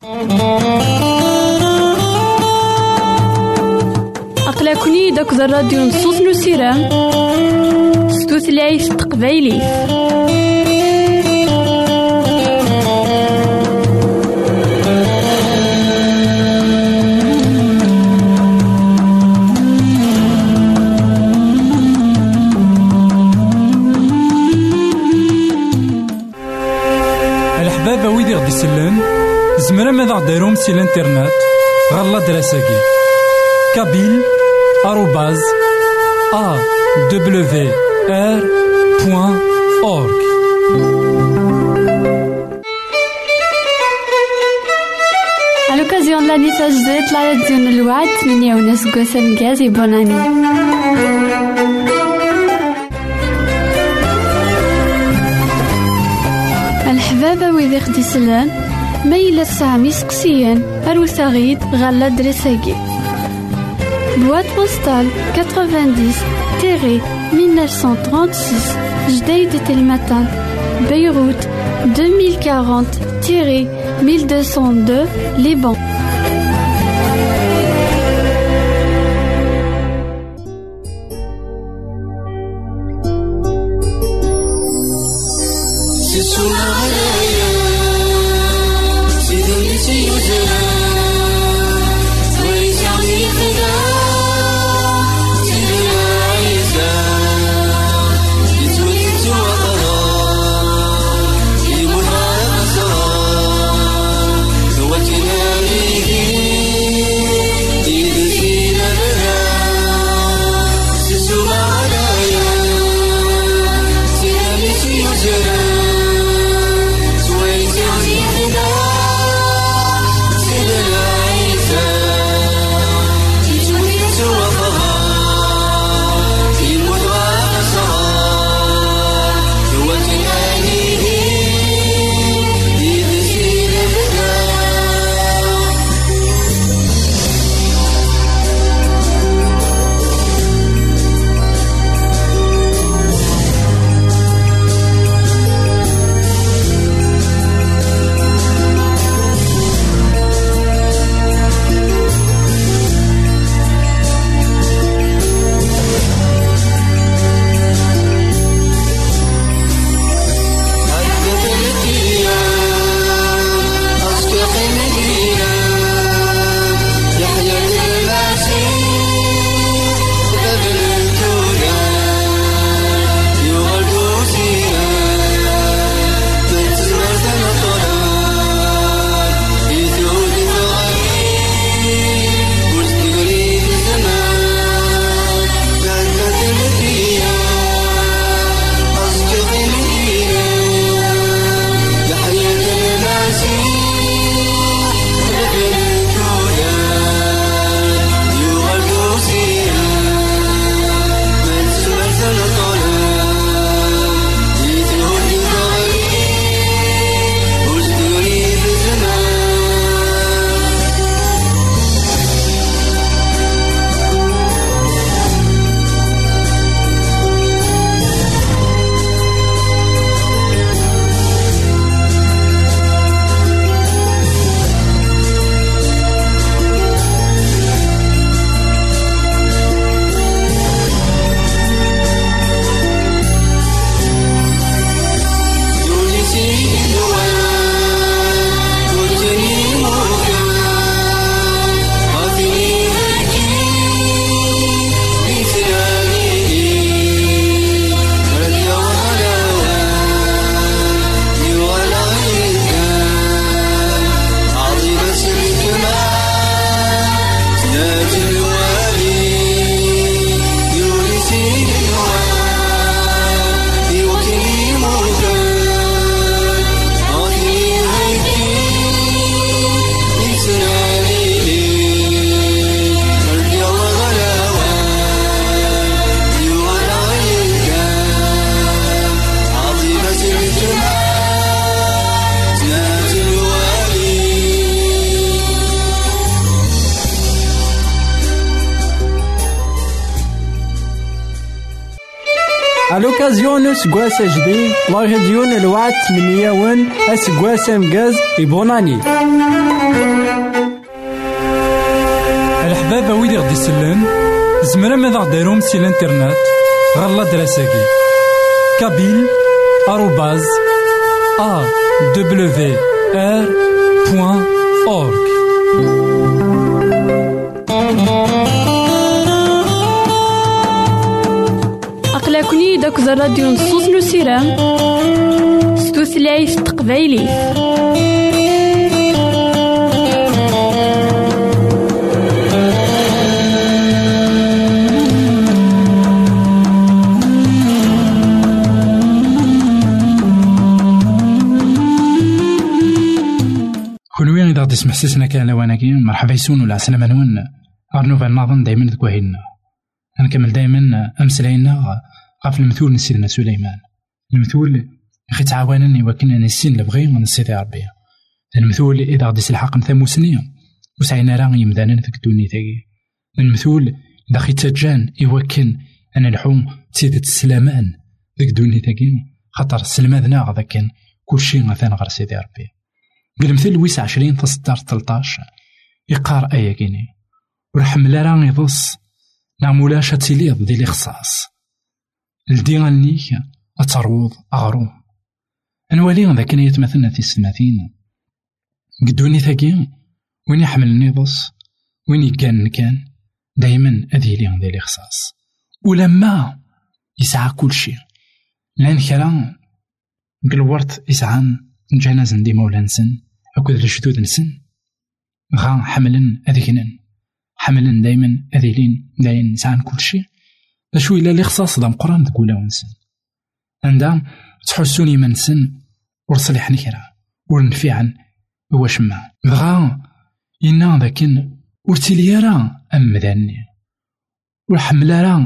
أقلكني داك الراديو نصوص نسيران ستوثلايف تقبايلي. الحبابة ويدي غدي يسلم زمرا ماذا غديرهم سي الانترنت غالا دراساكي kabyle@awr.org. À l'occasion de l'année Tajdet, la radio de l'Ouad, Menia Ounes Gossem Gaz et bonne année. الحبابة ويدي خدي سلان ميلة سامي سقسيان أروساغيد غالا درساكي boîte postale 90-1936 Jdeï de Telmatan Beyrouth 2040-1202 Liban. À l'occasion de ce gosse HD, la région de l'Ouest Miniaouen est ce gosse Mgaz et bonne année. يسلن زمرا ماذا غديرهم سي الانترنت غالا دراساكي kabyle@awr.org. أقلكني داك الراديو نصوص نسيرام ستوثلايف تقبايلي. كونوين إذا غدي تسمح سيسنا كان لواناكي مرحبا يسون ولا عسلامة نون غارنوفا ناظن دايما دكواهينا غنكمل دايما أمسلاينا غاف المثول نسيدنا سليمان. المثول أخي تعاونني وكنا نسين لبغي ونسيدي ربي. المثول إذا غدي تلحق ثموسنية وسعينا راه يمدانا في الدنيا تاعي. المثول إذا خي تجان يوكن أنا الحوم تسيدة السلامان ذيك الدنيا تاعي خاطر السلمان غادا كان كل شيء مثلا غير سيدي ربي. المثل ويس 20 تصدر 13 يقار آية كيني ورحمل راه يضص نعمولاش تيليض دي الإخصاص الدين نيك أتروض أغروم أنوالي ذا كان يتمثلنا في السماثين قدوني ثاقين وين يحمل النضص وين يكان كان دايما أذيلي دي الإخصاص ولما يسعى كل شيء لأن كلام قلورت يسعان جنازة دي مولانسن أكد الجدود نسن غا حملن أذيكنن حملن دايما أذيلين داين نسعان كل شيء بشو إلا الإخصاص دا مقران تقولا ونسن عندها تحسوني منسن ورصلح نكرا ورنفعا واش ما غا إنا ذاكن ورتليارا أم ذاني والحملة راه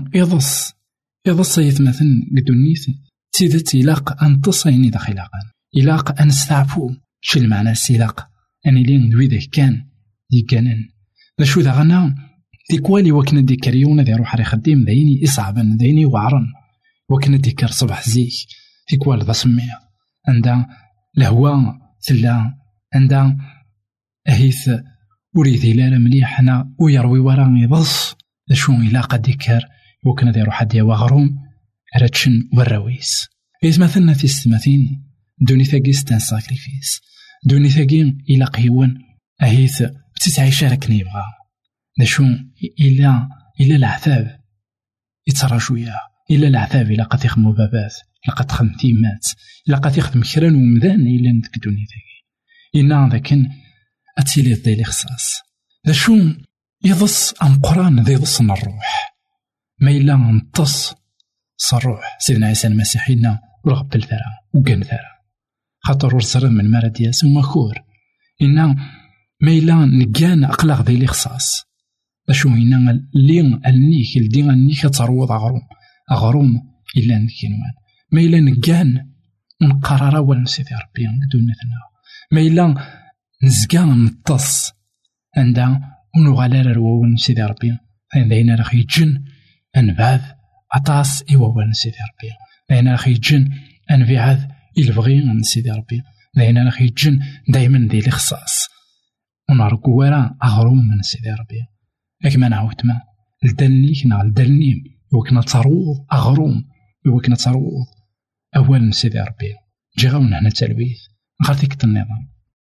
يضص يتمثل قدونيث تيدت إلاق أن تصيني داخلاقا إلاق أن استعفو شو المعنى السلاق أني لين دويده كان يكانن بشو ذا غنا ديكوالي وكنا ديكريونا ذي روح ريخديم ذيني إصعبا ذيني وعرن وكنا ديكر صباح زيك ديكوال ذا سمية عندها لهوا ثلا عندها أهيث وريثي لا مليحنا ويروي وراني يضص لشو إلاق ديكر وكنا ذي روح دي وغروم راتشن والرويس إذ مثلنا في السماثين دوني ثاقي ستان ساكريفيس دوني ثاقي إلا قيوان أهيث بتسعي شاركني بغا داشو إلا العذاب يتراجويا إلا العذاب إلا قد يخدمو بابات إلا قد تخدم تيمات إلا قد يخدم كران ومدان إلا ندك دوني ثاقي إلا ذاكن أتيلي ضي الإخصاص داشو يضص أم قران ذي ضصنا الروح ما إلا نطص صروح سيدنا عيسى المسيح لنا ورغب الثرى وقن ثرى خاطر ورسرد من مرض ياس ومخور إنا ما إلا نقان أقلاق ذي الإخصاص باشو إنا لين النيك الدين النيك تروض أغروم إلا نكينوان ما إلا نقان نقرر ونسيدي ربي دون نثنا ما إلا نزقان نطص عندها ونغالر روا ونسيدي ربي فإن ذينا رخ يجن أنبعث عطاس إيوا ونسيدي ربي ذينا رخ يجن أنبعث البغي نسيدي ربي ذينا رخ يجن دايما ذي الإخصاص ونرقو ورا أغروم من سيدي ربي أكما نعاوتما لدلنيك لدلنيم وكنا تروض أغروم وكنا تروض أول نسيدي ربي جي غاون هنا تلبيث غارتيك النظام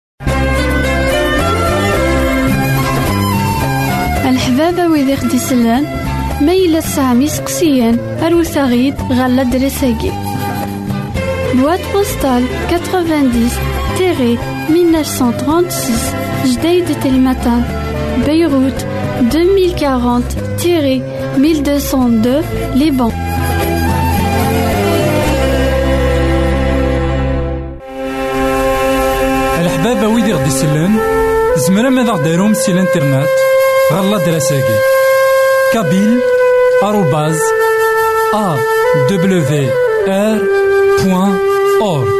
الحبابة ويدي خدي سلان ميلا سامي سقسيان أروسا غيد غالا دريساكي boîte postale 90-1936 Jdeï de Télématin Beyrouth 2040-1202 Liban. الحبابة ويدي غدي سلان زمرا ماذا غديرهم سي الانترنت غالا دراساكي kabyle@awr.org.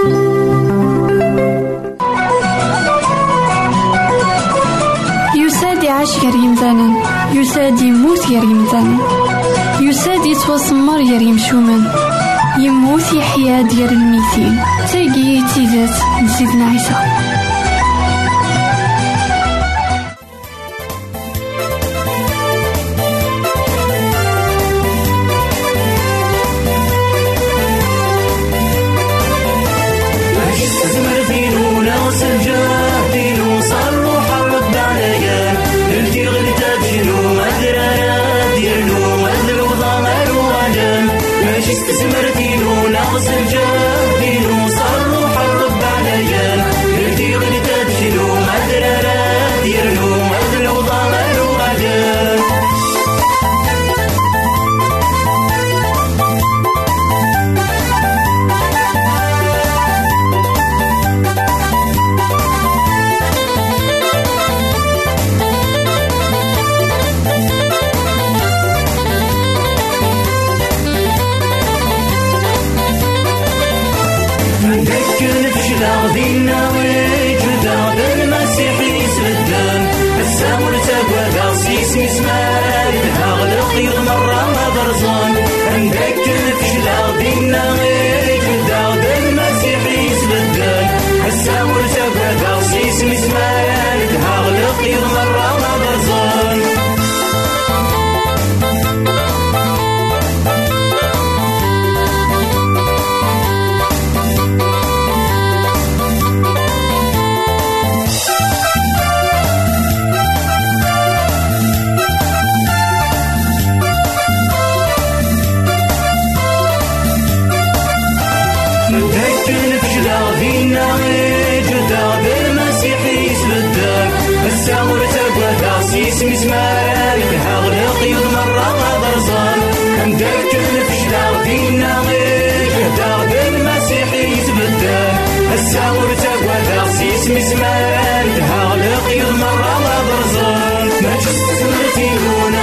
يساد يعيش غير يمثالا يساد يموت غير يمثالا يساد يتوسمر غير يمشومان يموت يحيا ديال الميتين تاقي تيزات نسيدنا عيسى.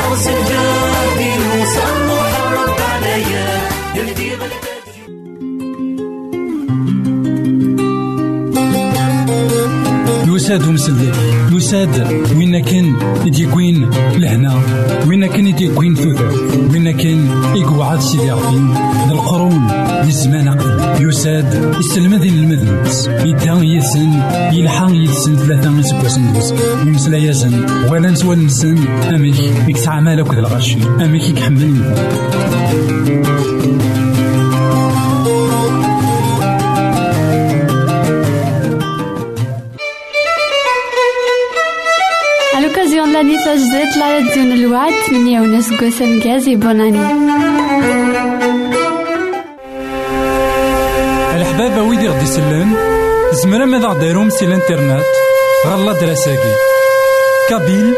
يساد ومسلي يساد وين كان يديكوين لهنا وين كان يديكوين ثوثر وين كان يقعد سيدي ربي للقرون للزمان قبل يساد يستلمذين المذنبس يدان يسن يلحق يسن 3 سبوسندس يمسلا يزن ولا نسوى نسن اميك يكسع مالك ذا الغشي اميك يكحمل لاني تجدت لا يدون الوعد من يونس قسم جازي بوناني الحبابة ويدي غدي سلان زمرا ماذا غديرهم سي الانترنت غالا دراساكي كابيل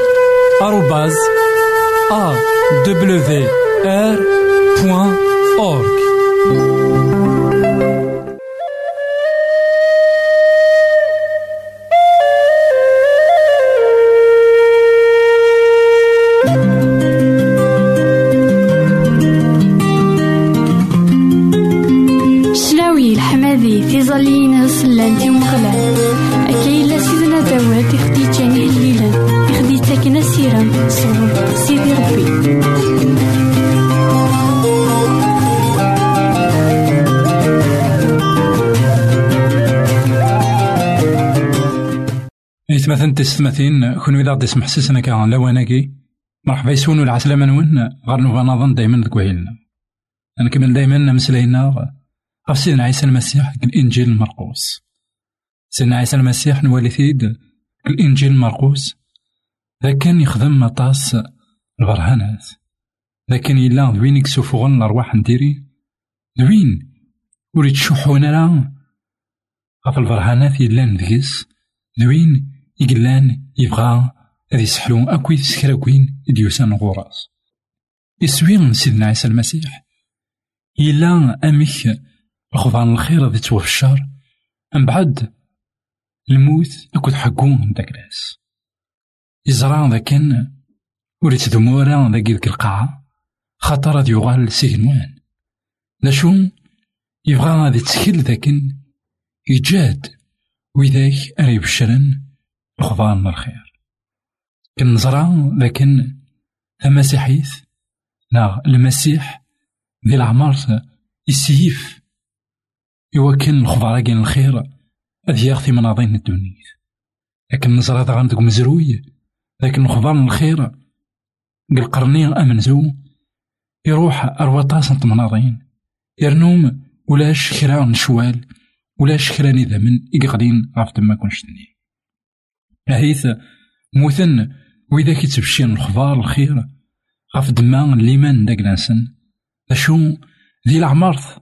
@awr.org تيزالين سلانتي ومغلان أكيلا سيدنا داوود يخدي جاني الليلا يخدي تاكنا سيرام صور سيدي ربي مثلا تستمثين كون إذا غدي يسمح سيسنا كان لواناكي مرحبا يسونو العسلامة نون غير نوفا نظن دايما ذكوهيلنا أنا كمل دايما مسلاينا غف سيدنا عيسى المسيح الإنجيل المرقوس. سيدنا عيسى المسيح نوالي ثيد الإنجيل المرقوس ذا كان يخدم مطاس البرهانات ذا كان يلا ذوين يكسوفوغن الأرواح نديري ذوين وريد شوحونا لا غف البرهانات يلا ندقس ذوين يقلان يبغى هذي يسحلون أكوي سكراكوين ديوسان غوراس يسوين سيدنا عيسى المسيح يلا أميك الخضران الخير ذي توفى الشر من بعد الموت أكد حقون داك الناس يزرع ذاكن وريت ذمورا ذاك ديك القاعة خاطر غادي يغال سينوان لا شو يبغى غادي تسكيل ذاكن يجاد وذاك أري بشرن الخضران الخير كنزرع ذاكن المسيحيث لا المسيح ذي العمر السيف يوكن الخضرة كاين الخير هذه يغثي مناضين الدنيا لكن نزرع ذا غندق مزروي لكن الخضر الخير القرنين أمنزو يروح أرواطاس مناضين يرنوم ولاش كرا نشوال ولاش كرا نذا من إقعدين غاف ما كونش تنين هيث موثن وإذا كيتبشين الخضار الخير غاف دما الليمان داك لانسن أشو ذي العمارث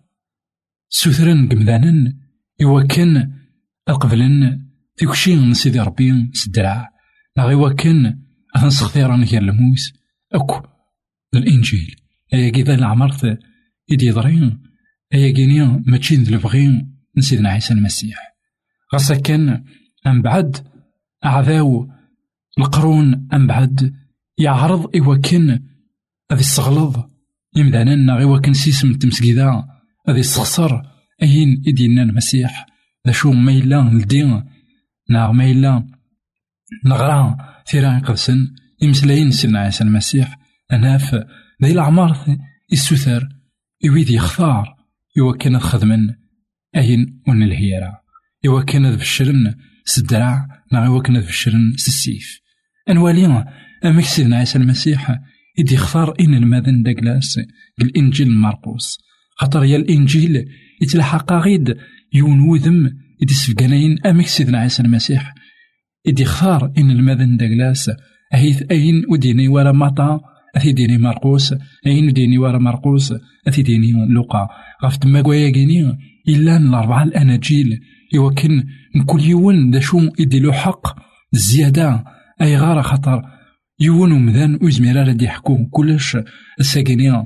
سوثرن قمذانن يوكن القبلن تيكشين سيدي ربي سدرع لا يوكن أنسخثيران هي الموس أكو الإنجيل أيا كذا العمارث يدي ضرين أيا كينيا ماتشين ذي الفغين نسيدنا عيسى المسيح غاسا كان أم بعد أعذاو القرون أم بعد يعرض يوكن هذي الصغلظ يمداننا غيوا كان سيسم التمسكيدا هذي الصخصر أين يدينا المسيح لا شو ما إلا ندين نا ما إلا نغرا ثيران قدسن يمسلاين سيدنا عيسى المسيح أناف ذي الأعمار السثر يويد يختار يوا كان خدمن أين ون الهيرة يوا كان بالشرن سدرع نا يوا كان بالشرن السيف أنواليا أمك سيدنا عيسى المسيح يدي يختار إن المذن داكلاس الإنجيل المرقوس خاطر يا الإنجيل يتلحق غيد يون وذم يدي سفقانين أمك سيدنا عيسى المسيح يدي يختار إن المذن داكلاس أهيث أين وديني ورا مطا أثي ديني مرقوس أين وديني ورا مرقوس أثي ديني لوقا غفت ما قويا كيني إلا الأربعة الأناجيل يوكن كل يوم دا شو يدي له حق زيادة أي غارة خطر يون ومذان وزميرا لدي يحكو كلش الساكنين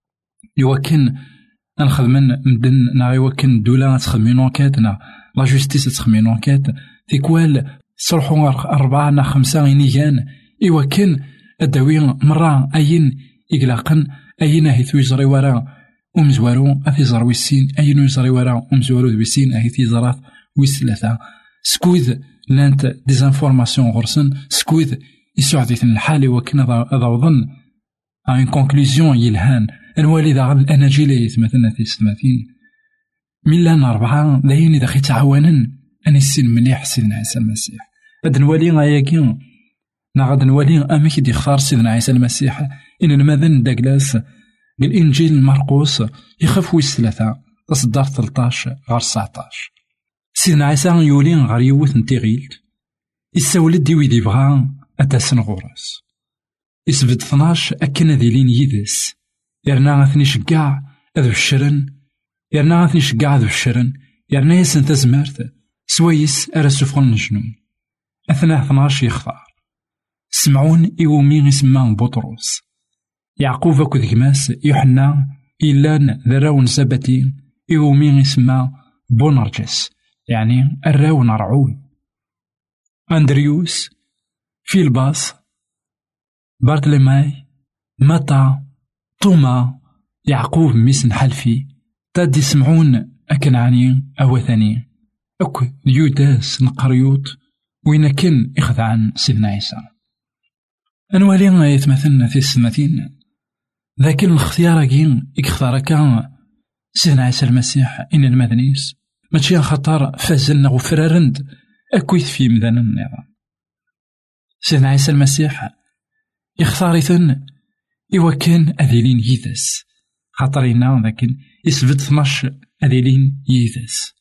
يوكن نخدمن مدن نا يوكن الدولة تخدمين انكاتنا لا جوستيس تخدمين انكات تيكوال صرحو 4 نا 5 غينيان يوكن الدوي مرة أين إقلاقا أين هيث يجري وراء ومزوارو أثي زروي السين أين يجري وراء ومزوارو ذوي السين أهيث يزرات ويسلثا سكوذ لانت ديزانفورماسيون غرسن سكوذ يسعدثن الحالي وكنا هذا وظن ان كونكلوزيون يلهان الوالد غال الاناجيل يتمثلنا في السماثين ملان 4 لاين اذا خي تعاونا ان السن مليح سيدنا عيسى المسيح هاد الولي غاياكين نغاد نولي امك يختار سيدنا عيسى المسيح ان المذن داكلاس بالانجيل مرقوس يخف ويسلثا تصدر 13 غير 19 سيدنا عيسى يولي غير يوث نتيغيلت يساولد دي ويدي بغا أتاسن غورس يسبد 12 أكنا ذيلين يدس يرنا غاثني شقاع أذو الشرن يرنا غاثني شقاع أذو الشرن يرنا يسن تزمرت سويس أرسوفغن الجنون أثناء 12 يختار سمعون إيومي يسمى بطرس يعقوب أكو ذكماس يوحنا إلان ذراون زبتين إيومي يسمى بونرجس يعني الراون رعون أندريوس فيلباس بارتلماي متى توما يعقوب ميسن حلفي تادي سمعون أكنعاني أوثاني أكو يوداس نقريوت وين كن إخذ عن سيدنا عيسى أنوالي يتمثلنا في السماثين لكن الاختيار كين اختار كان سيدنا عيسى المسيح إن المدنيس ماشي خطر فازلنا وفرارند أكويت في مدن النظام سيدنا عيسى المسيح يختار يثن إوا كان أذيلين يدس خاطرينا لكن يسبت 12 أذيلين يدس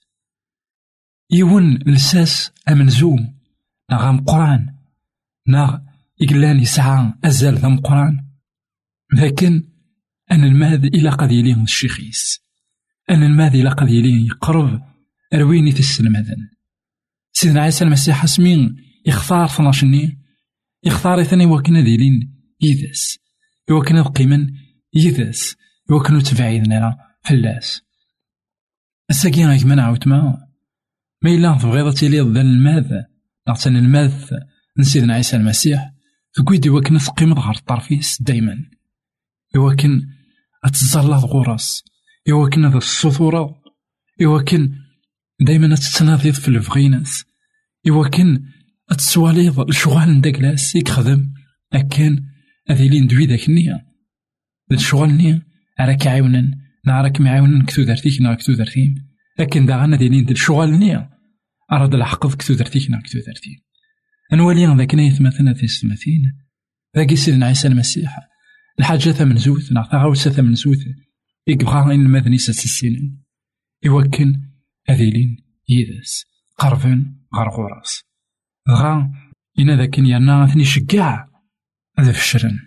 يون لساس أمنزو نغام قران نغ إقلان يسعى أزال ذم قران لكن أن الماذ إلى قذيلين الشيخيس أن الماذ إلى قذيلين يقرب أرويني تسلم هذن سيدنا عيسى المسيح اسمين يختار 12 ني يختار ثاني وكنا ذيلين يدس وكنا قيمن يدس وكنا تبعيدنا فلاس الساقين غيك منع وتما ما إلا تبغيض تيلي ضد الماذ نغتن الماذ نسيدنا عيسى المسيح فكويدي وكنا تقيم ظهر الطرفيس دايما يوكن أتزلط غرس يوكن هذا السطورة يوكن دايما تتناضيض في الفغيناس يوكن أتسواليض الشغال نداكلاس يخدم أكن أذيلين دوي داك النية الشغال النية راك عاونن نعرك معاونن كتو درتيك نا كتو درتين لكن داغنا ديلين الشغال النية أراد الحقض كتو درتيك نا كتو درتين أنوالي ذاك نايت مثلا في السماثين ذاك سيدنا عيسى المسيح الحاجة ثمن زوث نعطاها وسا ثمن زوث يقبغا إن المدني ساسسين يوكن أذيلين يدس قرفن غرغورس غا إنا ذاك يانا ثني شقاع هذا في الشرن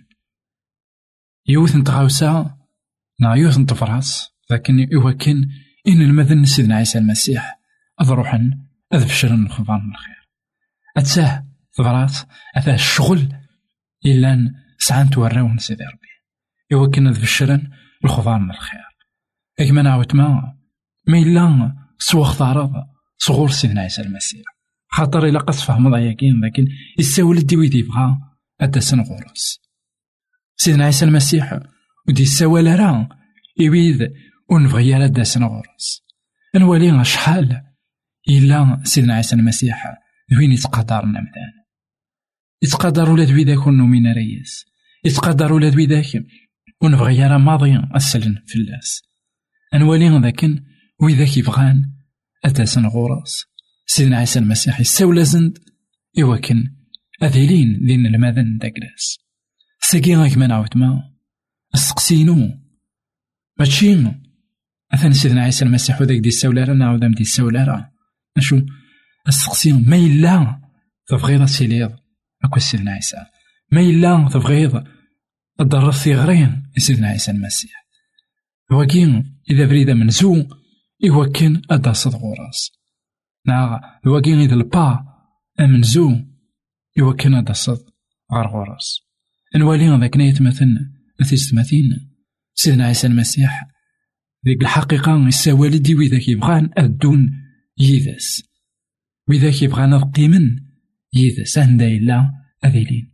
يوث نتغاوسا نا يوث نتفراس لكن يوكن إن المدن سيدنا عيسى المسيح أضروحن هذا في الشرن الخضان من الخير أتساه ثبرات أثاه الشغل إلا سعان توراون سيدي ربي يوكن هذا في الشرن الخضان من الخير أكما نعوت ما إلا سوى اختارض صغور سيدنا عيسى المسيح خاطر إلا قد فهم ضياكين لكن يساول الديويد يبغى أدسن غورس سيدنا عيسى المسيح ودي السوال راه يويد ونبغي على أدسن غورس نولي شحال إلا سيدنا عيسى المسيح وين يتقدرنا مثلا يتقدر ولاد ويداك من ريس يتقدر ولاد ويداك ونبغي على ماضي أسلن في اللاس نولي ذاكن ويداك يبغان أدسن غورس سيدنا عيسى المسيح يساول زند يوكن أذيلين لين الماذن داكلاس ساقي غاك ما نعاود ما السقسينو ماشي أثنى سيدنا عيسى المسيح وذاك دي السولارة نعاود دي السولارة نشو السقسينو ما إلا تبغيض سيليض أكو سيدنا عيسى ما إلا تبغيض الضرر ثغرين سيدنا عيسى المسيح وكين إذا بريد منزو يوكن أدا صدق غراس وكين إذا البا منزو يوكن أدا صدق غار غراس نوالي ذاك نايت مثلا مثيستماثين سيدنا عيسى المسيح ذيك الحقيقة السوالدي وذاك يبغان أدون يدس وذاك يبغان قيمن يدس هندا إلا أذيلين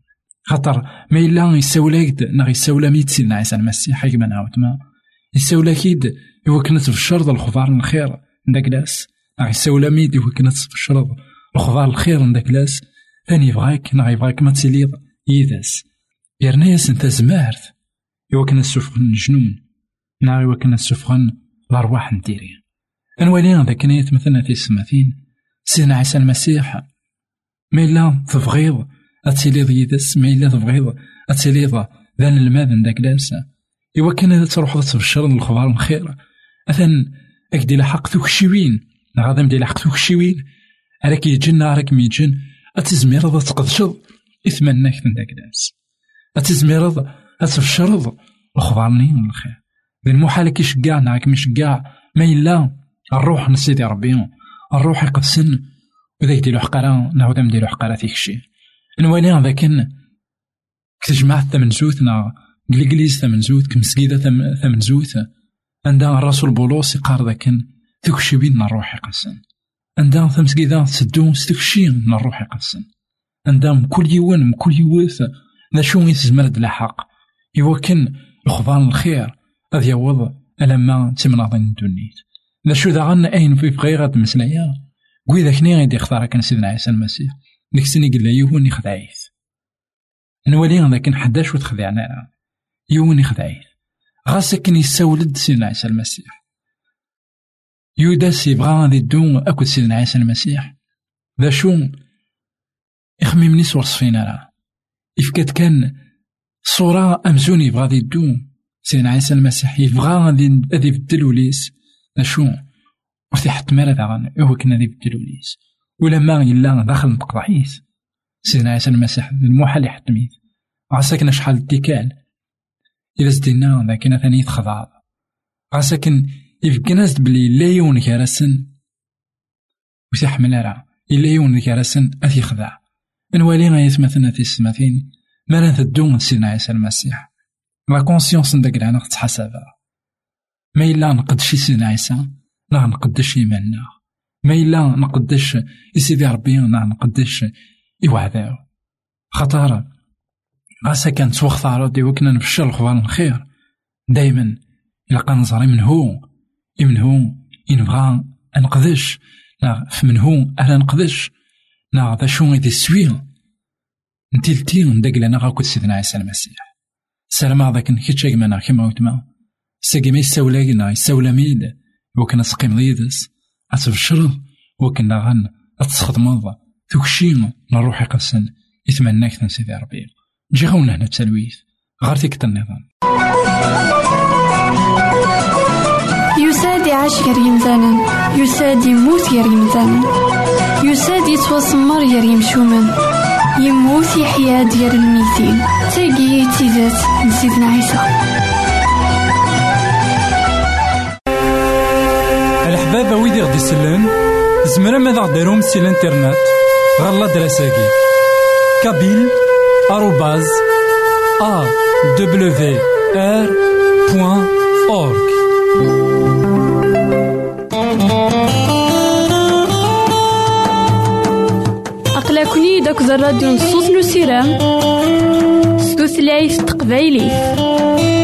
خاطر ما إلا يساولاكد ناغ يساولا ميت سيدنا عيسى المسيح حيك ما نعاود ما يساولاكيد يوكنت في الشرط الخضار الخير نداك لاس ناغ يساولا ميت يوكنت في الشرط الخضار الخير نداك لاس ثاني يبغاك ناغ يبغاك ما تسليض يداس يرناس انت زمارت يوكن السفغن الجنون ناغ يوكن السفغن الأرواح نديري أنوالي ذاك نيت مثلا في السماثين سيدنا عيسى المسيح ما إلا تبغيض أتسليض يدس ما إلا تبغيض أتسليض ذان الماذ نداك لاس إوا كان تروح تبشر الخبار الخير أثن أكدي لحق توكشيوين غادا مدي لحق توكشيوين راك يجن راك ميجن أتزميرض تقدشض إثمناك نداك لاس أتزميرض أتبشرض الخبارني والخير ذي المحال كيشقع ناك ميشقع ما إلا الروح نسيدي ربي الروح يقدسن وذاك ديالو حقارا نعاود نديرو حقارا فيك الشيء نوالي ذاكن كتجمع ثمن زوتنا الإنجليز ثمن زوت كمسكيدة ثمن زوت عندها الرسول بولوس يقار ذاكن تكشي بينا الروح يقدسن عندها ثمسكيدة تسدو ستكشي من الروح يقدسن عندها مكل يوان مكل يوث ذا شو يتزمر د الحق يوكن الخضار الخير هذا يوض ألما تمناضين الدنيت ذا شو ذا غن أين في غير مسلايا قوي ذاك ني غيدي يختار كان سيدنا عيسى المسيح ديك السنة قال له يهوني خدعيث نولي ذاك نحداش وتخدعنا يهوني خدعيث غاسك يسولد سيدنا عيسى المسيح يوداس يبغى غادي يدو أكد سيدنا عيسى المسيح ذا شو يخممني صور صفينا راه إفكات كان صورة أمزون يبغى غادي يدو سيدنا عيسى المسيح يبغى غادي يبدل وليس ذا شو وفي حتى مالا داغن هو كنا ذي بدلوليس ولما إلا داخل مقطعيس سيدنا عيسى المسيح المحال يحتميت عساكنا شحال الديكال إذا زدنا ذاكنا ثاني يتخضع عساكن يفكنا زد بلي لا يون كارسن وثي حمل راه إلا يون كارسن أثي خضع نوالي غايت مثلا في السماثين مالا تدوم سيدنا عيسى المسيح لا كونسيونس نداك العنا تحسبها ما إلا نقدشي سيدنا عيسى لا نقدش إيماننا ما إلا نقدش يسيدي ربي لا نقدش إوعداو خطارة غاسا كانت سوخ ثارودي وكنا نفشل الخبار الخير دايما إلا كان نزري من هو ينبغى نقدش لا من هو أهلا نقدش لا ذا شو غيدي السوي نتيلتي نداك لنا غاكو سيدنا عيسى المسيح سلام هذاك نكيتشاك مانا كيما وتما ساقي يساولاكنا يساولا وكنا سقيم ضيدس أتبشر وكنا غن أتسخدمض توكشيم نروح يقسن يتمناك تنسيدي ربي نجي غونا هنا تسلويث غير تيك النظام يسادي عاش يريم زانن يسادي موت يريم زانن يسادي توسمر يريم شومن يموت يحيا ديال الميتين تاقي تيزات لسيدنا عيسى. الحباب ويدي غدي يسلم زمرا ماذا غديرهم سي الانترنت غالا دراساكي كابيل @awr.org. أقلكني داك الراديو نصوص نسيرام ستوثلايف تقبايلي